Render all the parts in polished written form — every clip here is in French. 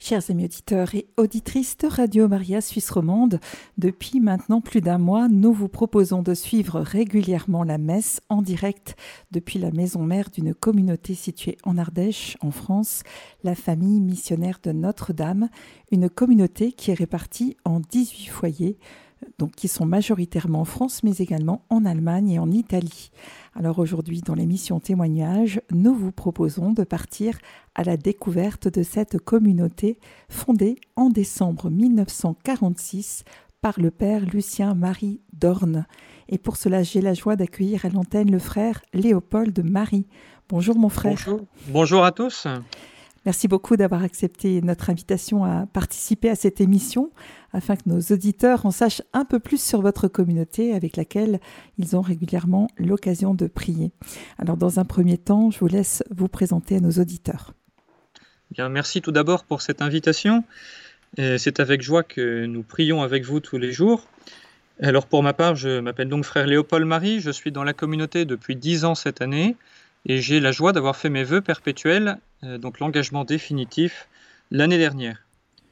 Chers amis auditeurs et auditrices de Radio Maria Suisse Romande, depuis maintenant plus d'un mois, nous vous proposons de suivre régulièrement la messe en direct depuis la maison mère d'une communauté située en Ardèche, en France, la famille missionnaire de Notre-Dame, une communauté qui est répartie en 18 foyers, donc qui sont majoritairement en France, mais également en Allemagne et en Italie. Alors aujourd'hui, dans l'émission Témoignages, nous vous proposons de partir à la découverte de cette communauté fondée en décembre 1946 par le père Lucien-Marie Dorn. Et pour cela, j'ai la joie d'accueillir à l'antenne le frère Léopold Marie. Bonjour mon frère. Bonjour à tous. Merci beaucoup d'avoir accepté notre invitation à participer à cette émission afin que nos auditeurs en sachent un peu plus sur votre communauté avec laquelle ils ont régulièrement l'occasion de prier. Alors dans un premier temps, je vous laisse vous présenter à nos auditeurs. Bien, merci tout d'abord pour cette invitation. C'est avec joie que nous prions avec vous tous les jours. Alors pour ma part, je m'appelle donc frère Léopold Marie, je suis dans la communauté depuis 10 ans cette année et j'ai la joie d'avoir fait mes vœux perpétuels, donc l'engagement définitif, l'année dernière.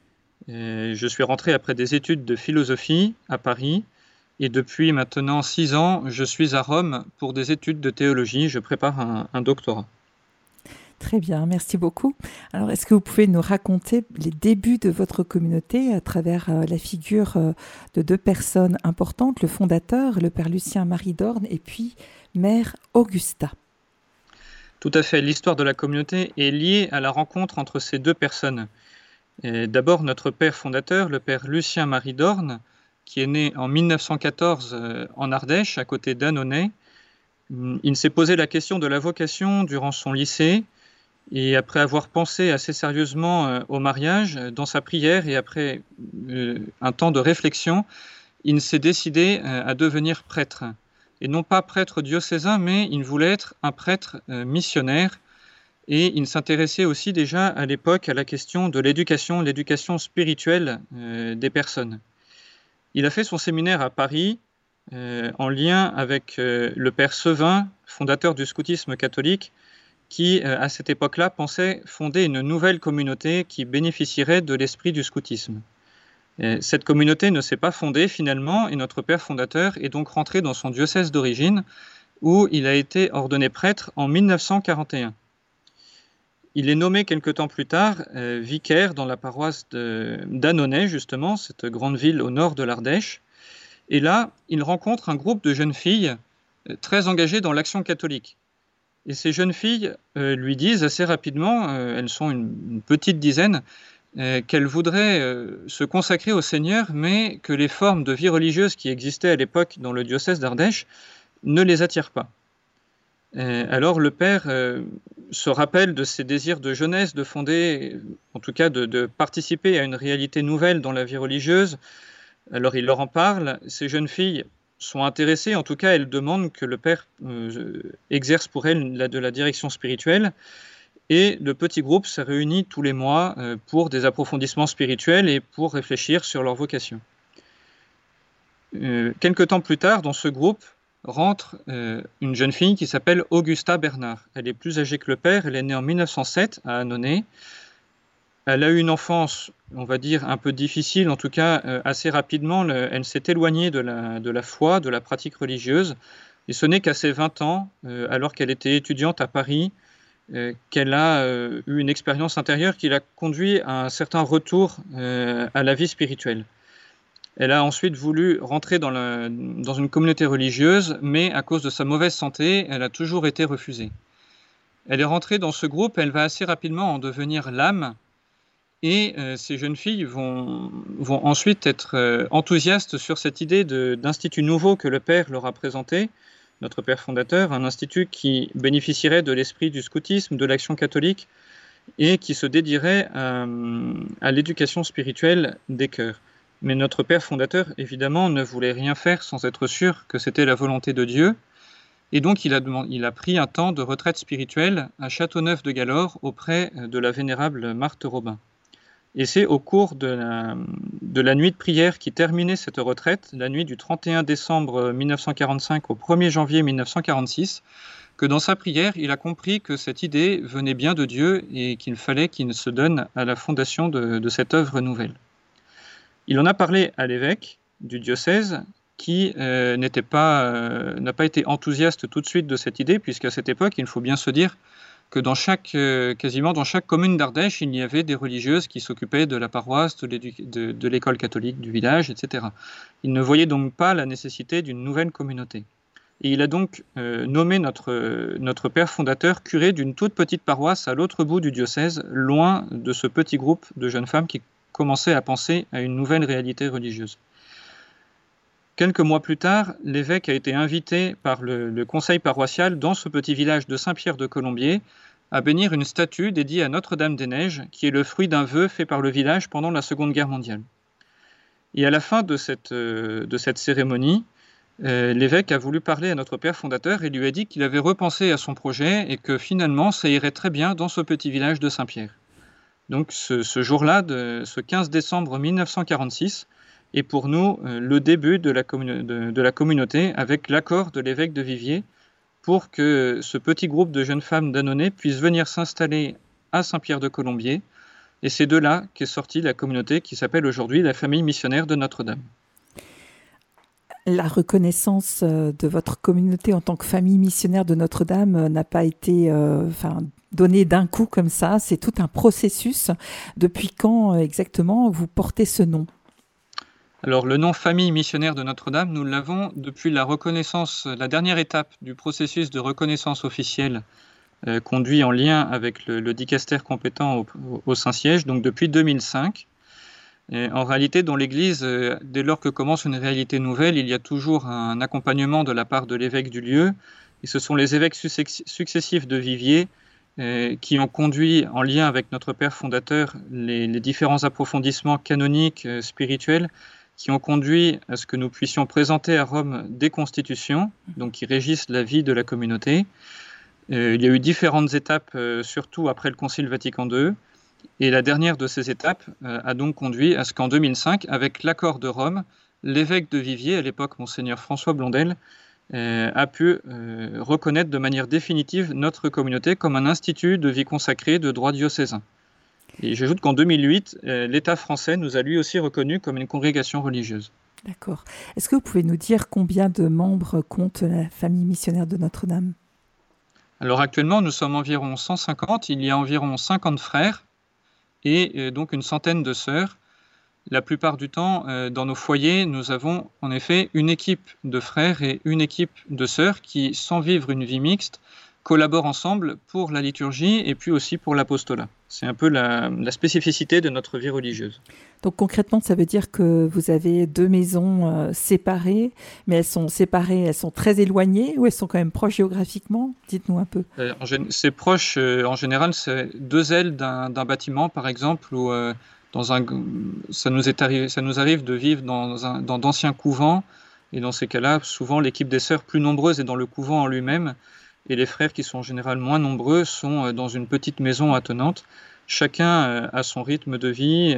Je suis rentré après des études de philosophie à Paris et depuis maintenant 6 ans, je suis à Rome pour des études de théologie. Je prépare un doctorat. Très bien, merci beaucoup. Alors, est-ce que vous pouvez nous raconter les débuts de votre communauté à travers la figure de deux personnes importantes, le fondateur, le père Lucien-Marie Dorn, et puis mère Augusta? Tout à fait. L'histoire de la communauté est liée à la rencontre entre ces deux personnes. D'abord, notre père fondateur, le père Lucien-Marie Dorn, qui est né en 1914 en Ardèche, à côté d'Annonay. Il s'est posé la question de la vocation durant son lycée, et après avoir pensé assez sérieusement au mariage, dans sa prière et après un temps de réflexion, il s'est décidé à devenir prêtre. Et non pas prêtre diocésain, mais il voulait être un prêtre missionnaire. Et il s'intéressait aussi déjà à l'époque à la question de l'éducation spirituelle des personnes. Il a fait son séminaire à Paris en lien avec le père Sevin, fondateur du scoutisme catholique, qui à cette époque-là pensait fonder une nouvelle communauté qui bénéficierait de l'esprit du scoutisme. Cette communauté ne s'est pas fondée finalement et notre père fondateur est donc rentré dans son diocèse d'origine où il a été ordonné prêtre en 1941. Il est nommé quelque temps plus tard vicaire dans la paroisse d'Annonay, justement, cette grande ville au nord de l'Ardèche. Et là, il rencontre un groupe de jeunes filles très engagées dans l'action catholique. Et ces jeunes filles lui disent assez rapidement, elles sont une petite dizaine, qu'elle voudrait se consacrer au Seigneur, mais que les formes de vie religieuse qui existaient à l'époque dans le diocèse d'Ardèche ne les attirent pas. Alors le père se rappelle de ses désirs de jeunesse, de fonder, en tout cas de participer à une réalité nouvelle dans la vie religieuse. Alors il leur en parle, ces jeunes filles sont intéressées, en tout cas elles demandent que le père exerce pour elles de la direction spirituelle. Et le petit groupe se réunit tous les mois pour des approfondissements spirituels et pour réfléchir sur leur vocation. Quelque temps plus tard, dans ce groupe, rentre une jeune fille qui s'appelle Augusta Bernard. Elle est plus âgée que le père, elle est née en 1907 à Annonay. Elle a eu une enfance, on va dire, un peu difficile, en tout cas assez rapidement. Elle s'est éloignée de la foi, de la pratique religieuse. Et ce n'est qu'à ses 20 ans, alors qu'elle était étudiante à Paris, qu'elle a eu une expérience intérieure qui l'a conduit à un certain retour à la vie spirituelle. Elle a ensuite voulu rentrer dans une communauté religieuse, mais à cause de sa mauvaise santé, elle a toujours été refusée. Elle est rentrée dans ce groupe, elle va assez rapidement en devenir l'âme, et ces jeunes filles vont ensuite être enthousiastes sur cette idée d'institut nouveau que le père leur a présenté, notre père fondateur, un institut qui bénéficierait de l'esprit du scoutisme, de l'action catholique, et qui se dédierait à l'éducation spirituelle des cœurs. Mais notre père fondateur, évidemment, ne voulait rien faire sans être sûr que c'était la volonté de Dieu. Et donc, il a pris un temps de retraite spirituelle à Châteauneuf-de-Galore auprès de la vénérable Marthe Robin. Et c'est au cours de la nuit de prière qui terminait cette retraite, la nuit du 31 décembre 1945 au 1er janvier 1946, que dans sa prière, il a compris que cette idée venait bien de Dieu et qu'il fallait qu'il se donne à la fondation de cette œuvre nouvelle. Il en a parlé à l'évêque du diocèse qui n'a pas été enthousiaste tout de suite de cette idée, puisqu'à cette époque, il faut bien se dire que quasiment dans chaque commune d'Ardèche, il y avait des religieuses qui s'occupaient de la paroisse, de l'école catholique du village, etc. Il ne voyait donc pas la nécessité d'une nouvelle communauté. Et il a donc nommé notre père fondateur curé d'une toute petite paroisse à l'autre bout du diocèse, loin de ce petit groupe de jeunes femmes qui commençaient à penser à une nouvelle réalité religieuse. Quelques mois plus tard, l'évêque a été invité par le conseil paroissial dans ce petit village de Saint-Pierre-de-Colombier à bénir une statue dédiée à Notre-Dame-des-Neiges, qui est le fruit d'un vœu fait par le village pendant la Seconde Guerre mondiale. Et à la fin de cette cérémonie, l'évêque a voulu parler à notre père fondateur et lui a dit qu'il avait repensé à son projet et que finalement ça irait très bien dans ce petit village de Saint-Pierre. Donc ce jour-là, ce 15 décembre 1946, est pour nous le début de la communauté avec l'accord de l'évêque de Viviers pour que ce petit groupe de jeunes femmes d'Annonay puisse venir s'installer à Saint-Pierre-de-Colombier. Et c'est de là qu'est sortie la communauté qui s'appelle aujourd'hui la famille missionnaire de Notre-Dame. La reconnaissance de votre communauté en tant que famille missionnaire de Notre-Dame n'a pas été donnée d'un coup comme ça. C'est tout un processus. Depuis quand exactement vous portez ce nom ? Alors le nom famille missionnaire de Notre-Dame, nous l'avons depuis la dernière étape du processus de reconnaissance officielle conduit en lien avec le dicastère compétent au Saint-Siège, donc depuis 2005. Et en réalité, dans l'Église, dès lors que commence une réalité nouvelle, il y a toujours un accompagnement de la part de l'évêque du lieu. Et ce sont les évêques successifs de Viviers qui ont conduit, en lien avec notre père fondateur, les différents approfondissements canoniques, spirituels, qui ont conduit à ce que nous puissions présenter à Rome des constitutions, donc qui régissent la vie de la communauté. Il y a eu différentes étapes, surtout après le Concile Vatican II. Et la dernière de ces étapes a donc conduit à ce qu'en 2005, avec l'accord de Rome, l'évêque de Viviers, à l'époque Monseigneur François Blondel, a pu reconnaître de manière définitive notre communauté comme un institut de vie consacrée de droit diocésain. Et j'ajoute qu'en 2008, l'État français nous a lui aussi reconnus comme une congrégation religieuse. D'accord. Est-ce que vous pouvez nous dire combien de membres compte la famille missionnaire de Notre-Dame ? Alors actuellement, nous sommes environ 150. Il y a environ 50 frères et donc une centaine de sœurs. La plupart du temps, dans nos foyers, nous avons en effet une équipe de frères et une équipe de sœurs qui, sans vivre une vie mixte, collaborent ensemble pour la liturgie et puis aussi pour l'apostolat. C'est un peu la spécificité de notre vie religieuse. Donc concrètement, ça veut dire que vous avez deux maisons séparées, mais elles sont séparées, elles sont très éloignées ou elles sont quand même proches géographiquement ? Dites-nous un peu. C'est proche, en général, c'est deux ailes d'un bâtiment, par exemple, où ça nous arrive de vivre dans d'anciens couvents, et dans ces cas-là, souvent l'équipe des sœurs plus nombreuse est dans le couvent en lui-même, et les frères qui sont en général moins nombreux sont dans une petite maison attenante. Chacun a son rythme de vie,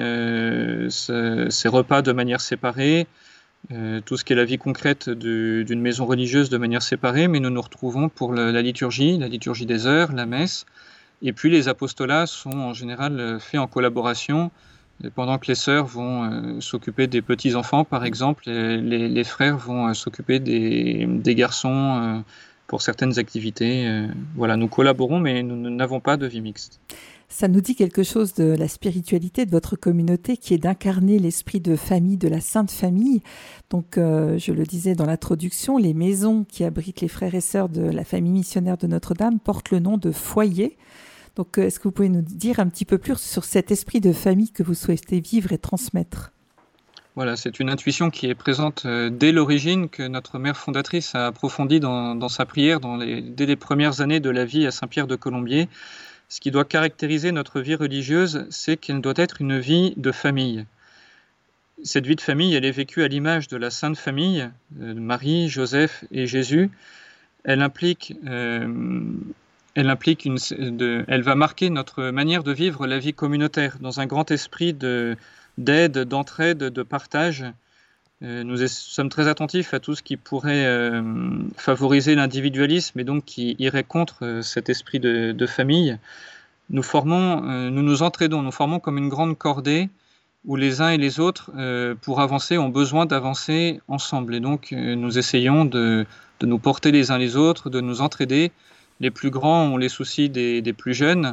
ses repas de manière séparée, tout ce qui est la vie concrète d'une maison religieuse de manière séparée, mais nous nous retrouvons pour la liturgie des heures, la messe, et puis les apostolats sont en général faits en collaboration. Pendant que les sœurs vont s'occuper des petits-enfants, par exemple, les frères vont s'occuper des garçons pour certaines activités. Voilà, nous collaborons, mais nous n'avons pas de vie mixte. Ça nous dit quelque chose de la spiritualité de votre communauté qui est d'incarner l'esprit de famille, de la Sainte Famille. Donc, je le disais dans l'introduction, les maisons qui abritent les frères et sœurs de la famille missionnaire de Notre-Dame portent le nom de foyer. Donc, est-ce que vous pouvez nous dire un petit peu plus sur cet esprit de famille que vous souhaitez vivre et transmettre ? Voilà, c'est une intuition qui est présente dès l'origine, que notre mère fondatrice a approfondie dans sa prière dès les premières années de la vie à Saint-Pierre-de-Colombier. Ce qui doit caractériser notre vie religieuse, c'est qu'elle doit être une vie de famille. Cette vie de famille, elle est vécue à l'image de la Sainte Famille, Marie, Joseph et Jésus. Elle implique elle va marquer notre manière de vivre la vie communautaire dans un grand esprit d'aide, d'entraide, de partage. Nous sommes très attentifs à tout ce qui pourrait favoriser l'individualisme et donc qui irait contre cet esprit de famille. Nous nous entraidons, nous formons comme une grande cordée où les uns et les autres, pour avancer, ont besoin d'avancer ensemble. Et donc, nous essayons de nous porter les uns les autres, de nous entraider. Les plus grands ont les soucis des plus jeunes.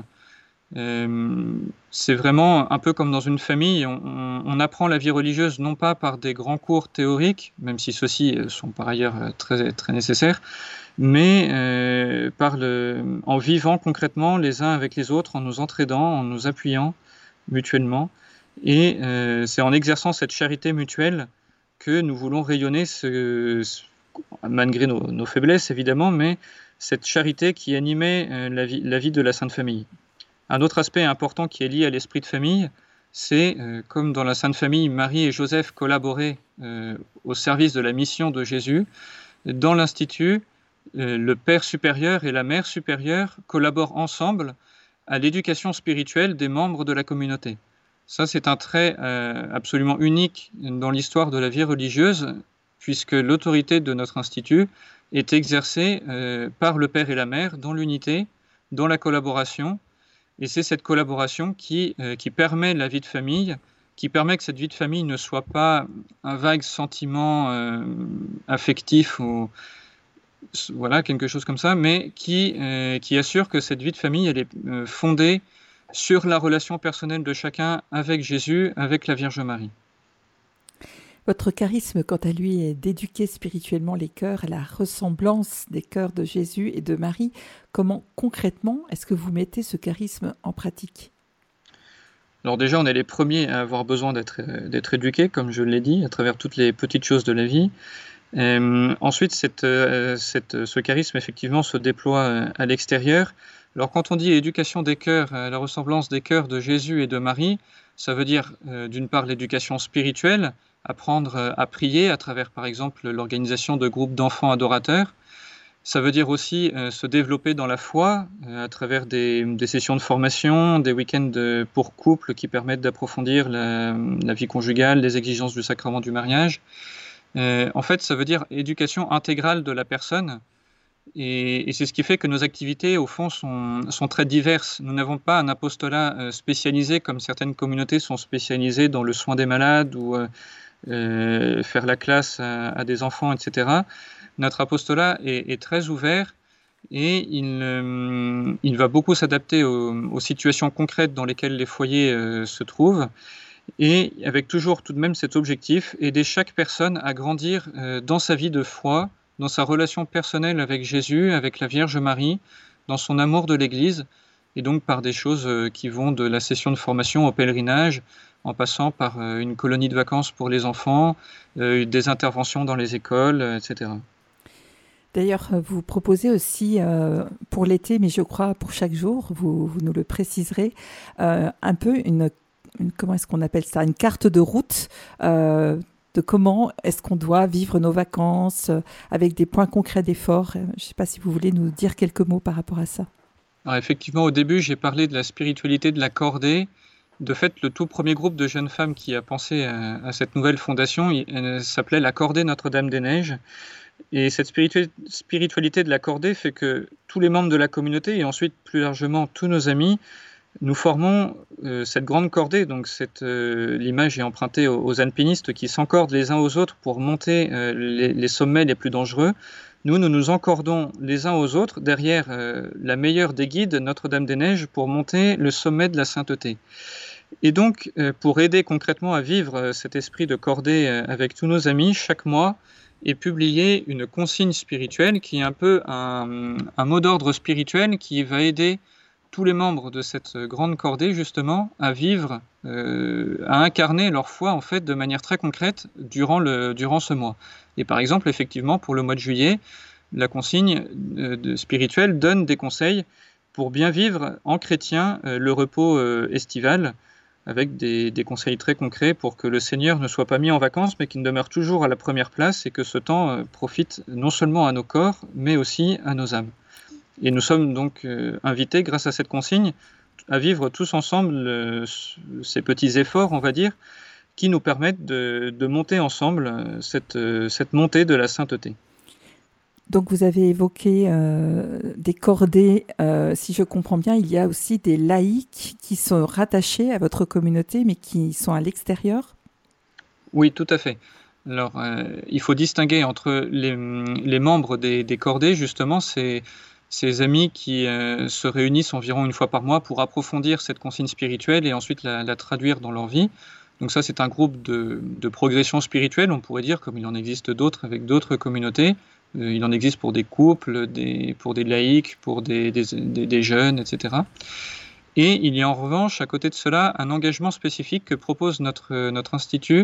C'est vraiment un peu comme dans une famille. On apprend la vie religieuse non pas par des grands cours théoriques, même si ceux-ci sont par ailleurs très, très nécessaires, mais en vivant concrètement les uns avec les autres, en nous entraidant, en nous appuyant mutuellement. Et c'est en exerçant cette charité mutuelle que nous voulons rayonner, malgré nos faiblesses évidemment, mais cette charité qui animait la vie de la Sainte Famille. Un autre aspect important qui est lié à l'esprit de famille, c'est comme dans la Sainte Famille, Marie et Joseph collaboraient au service de la mission de Jésus. Dans l'Institut, le Père supérieur et la Mère supérieure collaborent ensemble à l'éducation spirituelle des membres de la communauté. Ça, c'est un trait absolument unique dans l'histoire de la vie religieuse, puisque l'autorité de notre Institut est exercée par le Père et la Mère dans l'unité, dans la collaboration. Et c'est cette collaboration qui permet la vie de famille, qui permet que cette vie de famille ne soit pas un vague sentiment affectif ou voilà, quelque chose comme ça, mais qui assure que cette vie de famille, elle est fondée sur la relation personnelle de chacun avec Jésus, avec la Vierge Marie. Votre charisme, quant à lui, est d'éduquer spirituellement les cœurs à la ressemblance des cœurs de Jésus et de Marie. Comment, concrètement, est-ce que vous mettez ce charisme en pratique ? Alors déjà, on est les premiers à avoir besoin d'être éduqués, comme je l'ai dit, à travers toutes les petites choses de la vie. Ensuite, ce charisme, effectivement, se déploie à l'extérieur. Alors quand on dit éducation des cœurs, à la ressemblance des cœurs de Jésus et de Marie, ça veut dire d'une part l'éducation spirituelle, apprendre à prier à travers par exemple l'organisation de groupes d'enfants adorateurs. Ça veut dire aussi se développer dans la foi à travers des sessions de formation, des week-ends pour couples qui permettent d'approfondir la vie conjugale, les exigences du sacrement du mariage. En fait, ça veut dire éducation intégrale de la personne. Et c'est ce qui fait que nos activités, au fond, sont très diverses. Nous n'avons pas un apostolat spécialisé comme certaines communautés sont spécialisées dans le soin des malades ou faire la classe à des enfants, etc. Notre apostolat est très ouvert et il va beaucoup s'adapter aux situations concrètes dans lesquelles les foyers se trouvent. Et avec toujours tout de même cet objectif, aider chaque personne à grandir dans sa vie de foi, dans sa relation personnelle avec Jésus, avec la Vierge Marie, dans son amour de l'Église, et donc par des choses qui vont de la session de formation au pèlerinage, en passant par une colonie de vacances pour les enfants, des interventions dans les écoles, etc. D'ailleurs, vous proposez aussi pour l'été, mais je crois pour chaque jour, vous nous le préciserez, un peu comment est-ce qu'on appelle ça, une carte de route de comment est-ce qu'on doit vivre nos vacances avec des points concrets d'effort. Je ne sais pas si vous voulez nous dire quelques mots par rapport à ça. Alors effectivement, au début, j'ai parlé de la spiritualité de la cordée. De fait, le tout premier groupe de jeunes femmes qui a pensé à cette nouvelle fondation s'appelait la Cordée Notre-Dame-des-Neiges. Et cette spiritualité de la cordée fait que tous les membres de la communauté et ensuite plus largement tous nos amis, nous formons cette grande cordée. Donc l'image est empruntée aux alpinistes qui s'encordent les uns aux autres pour monter les sommets les plus dangereux. Nous nous encordons les uns aux autres derrière la meilleure des guides, Notre-Dame-des-Neiges, pour monter le sommet de la sainteté. Et donc, pour aider concrètement à vivre cet esprit de cordée avec tous nos amis, chaque mois est publiée une consigne spirituelle qui est un peu un mot d'ordre spirituel qui va aider tous les membres de cette grande cordée justement à vivre, à incarner leur foi en fait de manière très concrète durant ce mois. Et par exemple, effectivement, pour le mois de juillet, la consigne spirituelle donne des conseils pour bien vivre en chrétien le repos estival, avec des conseils très concrets pour que le Seigneur ne soit pas mis en vacances, mais qu'il demeure toujours à la première place et que ce temps profite non seulement à nos corps, mais aussi à nos âmes. Et nous sommes donc invités, grâce à cette consigne, à vivre tous ensemble ces petits efforts, on va dire, qui nous permettent de monter ensemble cette montée de la sainteté. Donc vous avez évoqué des cordées, si je comprends bien, il y a aussi des laïcs qui sont rattachés à votre communauté, mais qui sont à l'extérieur ? Oui, tout à fait. Alors, il faut distinguer entre les membres des cordées, justement, ces amis qui se réunissent environ une fois par mois pour approfondir cette consigne spirituelle et ensuite la traduire dans leur vie. Donc ça, c'est un groupe de progression spirituelle, on pourrait dire, comme il en existe d'autres avec d'autres communautés. Il en existe pour des couples, pour des laïcs, pour des jeunes, etc. Et il y a en revanche, à côté de cela, un engagement spécifique que propose notre institut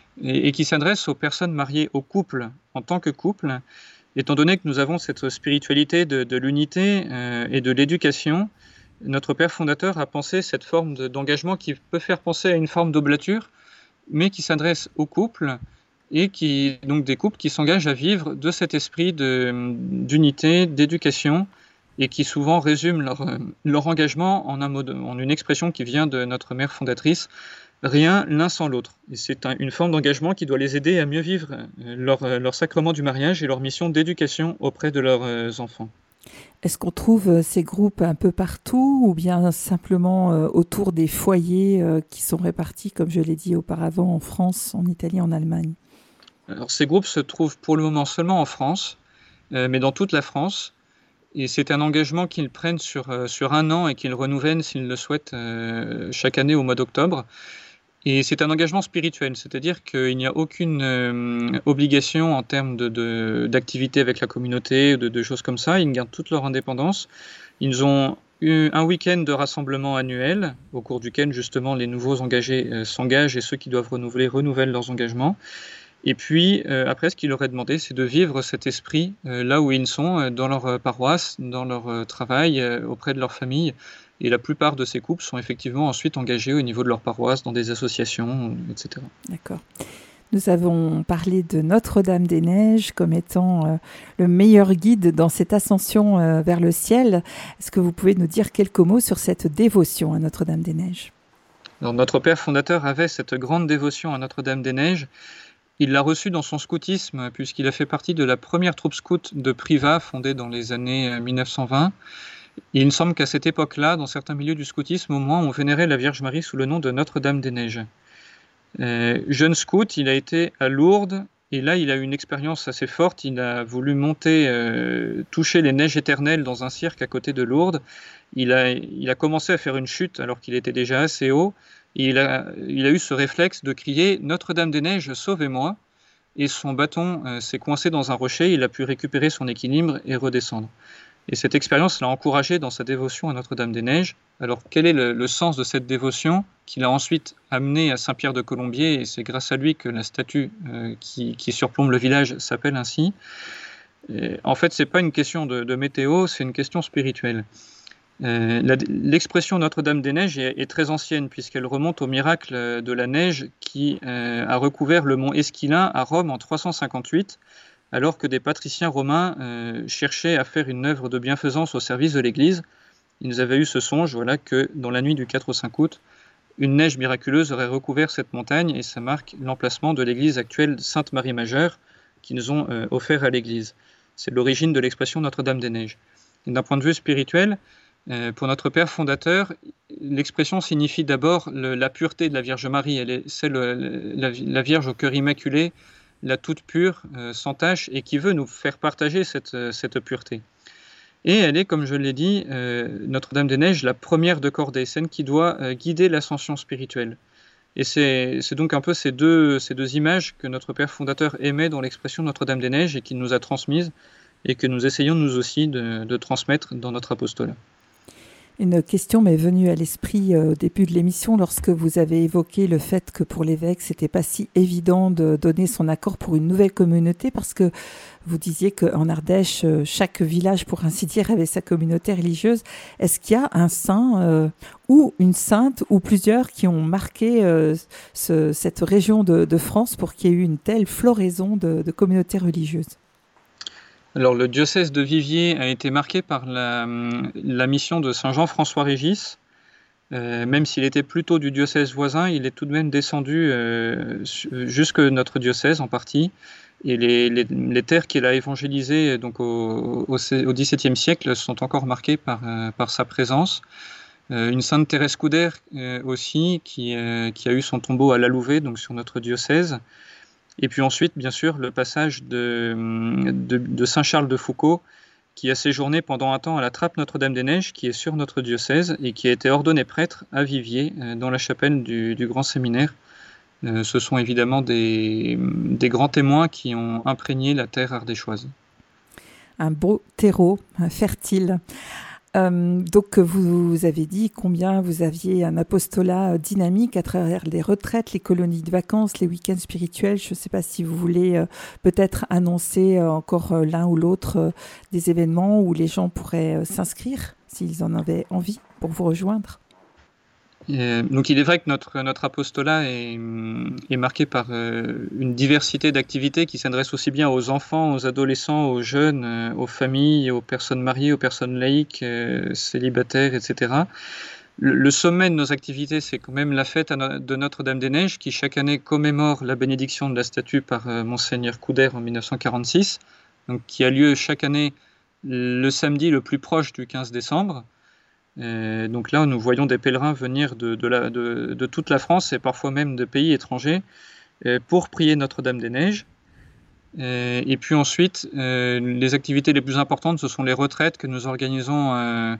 et qui s'adresse aux personnes mariées au couple en tant que couple, étant donné que nous avons cette spiritualité de l'unité et de l'éducation. Notre père fondateur a pensé cette forme d'engagement qui peut faire penser à une forme d'oblature, mais qui s'adresse aux couples et donc des couples qui s'engagent à vivre de cet esprit d'unité, d'éducation, et qui souvent résument leur engagement en une expression qui vient de notre mère fondatrice: rien l'un sans l'autre. Et c'est une forme d'engagement qui doit les aider à mieux vivre leur sacrement du mariage et leur mission d'éducation auprès de leurs enfants. Est-ce qu'on trouve ces groupes un peu partout ou bien simplement autour des foyers qui sont répartis, comme je l'ai dit auparavant, en France, en Italie, en Allemagne ? Alors, ces groupes se trouvent pour le moment seulement en France, mais dans toute la France. Et c'est un engagement qu'ils prennent sur un an et qu'ils renouvellent, s'ils le souhaitent, chaque année au mois d'octobre. Et c'est un engagement spirituel, c'est-à-dire qu'il n'y a aucune obligation en termes d'activité avec la communauté, de choses comme ça. Ils gardent toute leur indépendance. Ils ont eu un week-end de rassemblement annuel, au cours duquel justement les nouveaux engagés s'engagent et ceux qui doivent renouveler renouvellent leurs engagements. Et puis, après, ce qu'il leur est demandé, c'est de vivre cet esprit là où ils sont, dans leur paroisse, dans leur travail, auprès de leur famille. Et la plupart de ces couples sont effectivement ensuite engagés au niveau de leur paroisse, dans des associations, etc. D'accord. Nous avons parlé de Notre-Dame-des-Neiges comme étant le meilleur guide dans cette ascension vers le ciel. Est-ce que vous pouvez nous dire quelques mots sur cette dévotion à Notre-Dame-des-Neiges ? Alors, notre père fondateur avait cette grande dévotion à Notre-Dame-des-Neiges. Il l'a reçue dans son scoutisme, puisqu'il a fait partie de la première troupe scout de Privas, fondée dans les années 1920. Et il me semble qu'à cette époque-là, dans certains milieux du scoutisme, au moins, on vénérait la Vierge Marie sous le nom de Notre-Dame-des-Neiges. Jeune scout, il a été à Lourdes, et là, il a eu une expérience assez forte. Il a voulu monter, toucher les neiges éternelles dans un cirque à côté de Lourdes. Il a commencé à faire une chute alors qu'il était déjà assez haut. Et il a eu ce réflexe de crier « Notre-Dame-des-Neiges, sauvez-moi !» Et son bâton s'est coincé dans un rocher, il a pu récupérer son équilibre et redescendre. Et cette expérience l'a encouragé dans sa dévotion à Notre-Dame-des-Neiges. Alors quel est le sens de cette dévotion qui l'a ensuite amené à Saint-Pierre de Colombier, et c'est grâce à lui que la statue qui surplombe le village s'appelle ainsi. En fait, ce n'est pas une question de météo, c'est une question spirituelle. L'expression Notre-Dame-des-Neiges est très ancienne puisqu'elle remonte au miracle de la neige qui a recouvert le mont Esquilin à Rome en 358, alors que des patriciens romains cherchaient à faire une œuvre de bienfaisance au service de l'Église. Ils avaient eu ce songe, voilà, que dans la nuit du 4 au 5 août, une neige miraculeuse aurait recouvert cette montagne, et ça marque l'emplacement de l'église actuelle Sainte-Marie-Majeure qu'ils ont offert à l'église. C'est l'origine de l'expression Notre-Dame-des-Neiges. Et d'un point de vue spirituel, pour notre père fondateur, l'expression signifie d'abord la pureté de la Vierge Marie. C'est la Vierge au cœur immaculé, la toute pure, sans tache, et qui veut nous faire partager cette pureté. Et elle est, comme je l'ai dit, Notre-Dame-des-Neiges, la première de cordée, celle qui doit guider l'ascension spirituelle. Et c'est donc un peu ces deux images que notre père fondateur aimait dans l'expression Notre-Dame-des-Neiges et qu'il nous a transmises et que nous essayons nous aussi de transmettre dans notre apostolat. Une question m'est venue à l'esprit au début de l'émission lorsque vous avez évoqué le fait que pour l'évêque, c'était pas si évident de donner son accord pour une nouvelle communauté parce que vous disiez qu'en Ardèche, chaque village, pour ainsi dire, avait sa communauté religieuse. Est-ce qu'il y a un saint ou une sainte ou plusieurs qui ont marqué cette région de France pour qu'il y ait eu une telle floraison de communautés religieuses ? Alors, le diocèse de Viviers a été marqué par la mission de saint Jean-François Régis. Même s'il était plutôt du diocèse voisin, il est tout de même descendu jusque notre diocèse en partie. Et les terres qu'il a évangélisées donc au XVIIe siècle sont encore marquées par sa présence. Une sainte Thérèse Couder aussi, qui a eu son tombeau à La Louvet, donc sur notre diocèse. Et puis ensuite, bien sûr, le passage de Saint Charles de Foucauld, qui a séjourné pendant un temps à la Trappe Notre-Dame-des-Neiges, qui est sur notre diocèse, et qui a été ordonné prêtre à Viviers, dans la chapelle du Grand Séminaire. Ce sont évidemment des grands témoins qui ont imprégné la terre ardéchoise. Un beau terreau, fertile. Donc vous avez dit combien vous aviez un apostolat dynamique à travers les retraites, les colonies de vacances, les week-ends spirituels. Je ne sais pas si vous voulez peut-être annoncer encore l'un ou l'autre des événements où les gens pourraient s'inscrire s'ils en avaient envie pour vous rejoindre. Donc il est vrai que notre apostolat est marqué par une diversité d'activités qui s'adressent aussi bien aux enfants, aux adolescents, aux jeunes, aux familles, aux personnes mariées, aux personnes laïques, célibataires, etc. Le sommet de nos activités, c'est quand même la fête de Notre-Dame-des-Neiges qui chaque année commémore la bénédiction de la statue par Monseigneur Couder en 1946, donc qui a lieu chaque année le samedi le plus proche du 15 décembre. Donc là, nous voyons des pèlerins venir de toute la France et parfois même de pays étrangers pour prier Notre-Dame-des-Neiges. Et puis ensuite, les activités les plus importantes, ce sont les retraites que nous organisons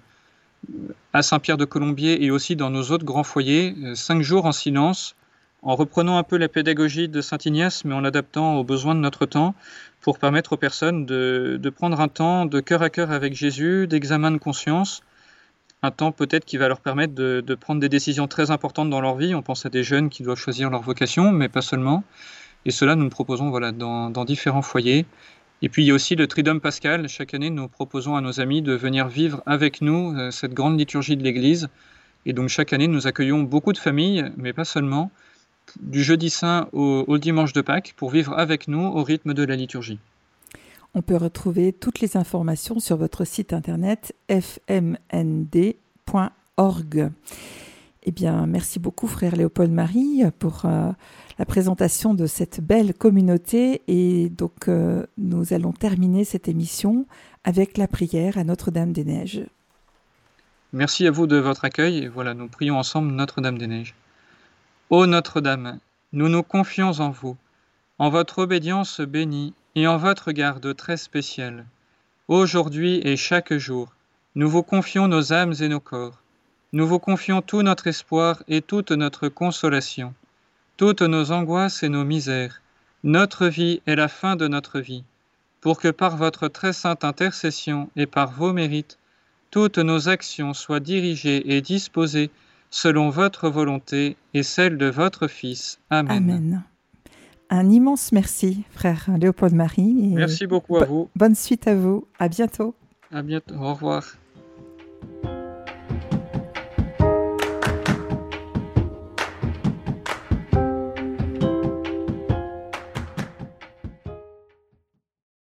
à Saint-Pierre-de-Colombier et aussi dans nos autres grands foyers, 5 jours en silence, en reprenant un peu la pédagogie de Saint-Ignace, mais en l'adaptant aux besoins de notre temps, pour permettre aux personnes de prendre un temps de cœur à cœur avec Jésus, d'examen de conscience, un temps peut-être qui va leur permettre de prendre des décisions très importantes dans leur vie. On pense à des jeunes qui doivent choisir leur vocation, mais pas seulement. Et cela, nous le proposons dans différents foyers. Et puis il y a aussi le Triduum Pascal. Chaque année, nous proposons à nos amis de venir vivre avec nous cette grande liturgie de l'Église. Et donc chaque année, nous accueillons beaucoup de familles, mais pas seulement, du jeudi saint au dimanche de Pâques, pour vivre avec nous au rythme de la liturgie. On peut retrouver toutes les informations sur votre site internet fmnd.org. Eh bien, merci beaucoup, frère Léopold-Marie, pour la présentation de cette belle communauté. Et donc, nous allons terminer cette émission avec la prière à Notre-Dame-des-Neiges. Merci à vous de votre accueil. Et voilà, nous prions ensemble Notre-Dame-des-Neiges. Ô Notre-Dame, nous nous confions en vous, en votre obédience bénie, et en votre garde très spéciale. Aujourd'hui et chaque jour, nous vous confions nos âmes et nos corps. Nous vous confions tout notre espoir et toute notre consolation, toutes nos angoisses et nos misères, notre vie et la fin de notre vie, pour que par votre très sainte intercession et par vos mérites, toutes nos actions soient dirigées et disposées selon votre volonté et celle de votre Fils. Amen. Amen. Un immense merci, frère Léopold-Marie. Merci beaucoup à vous. Bonne suite à vous. À bientôt. À bientôt. Au revoir.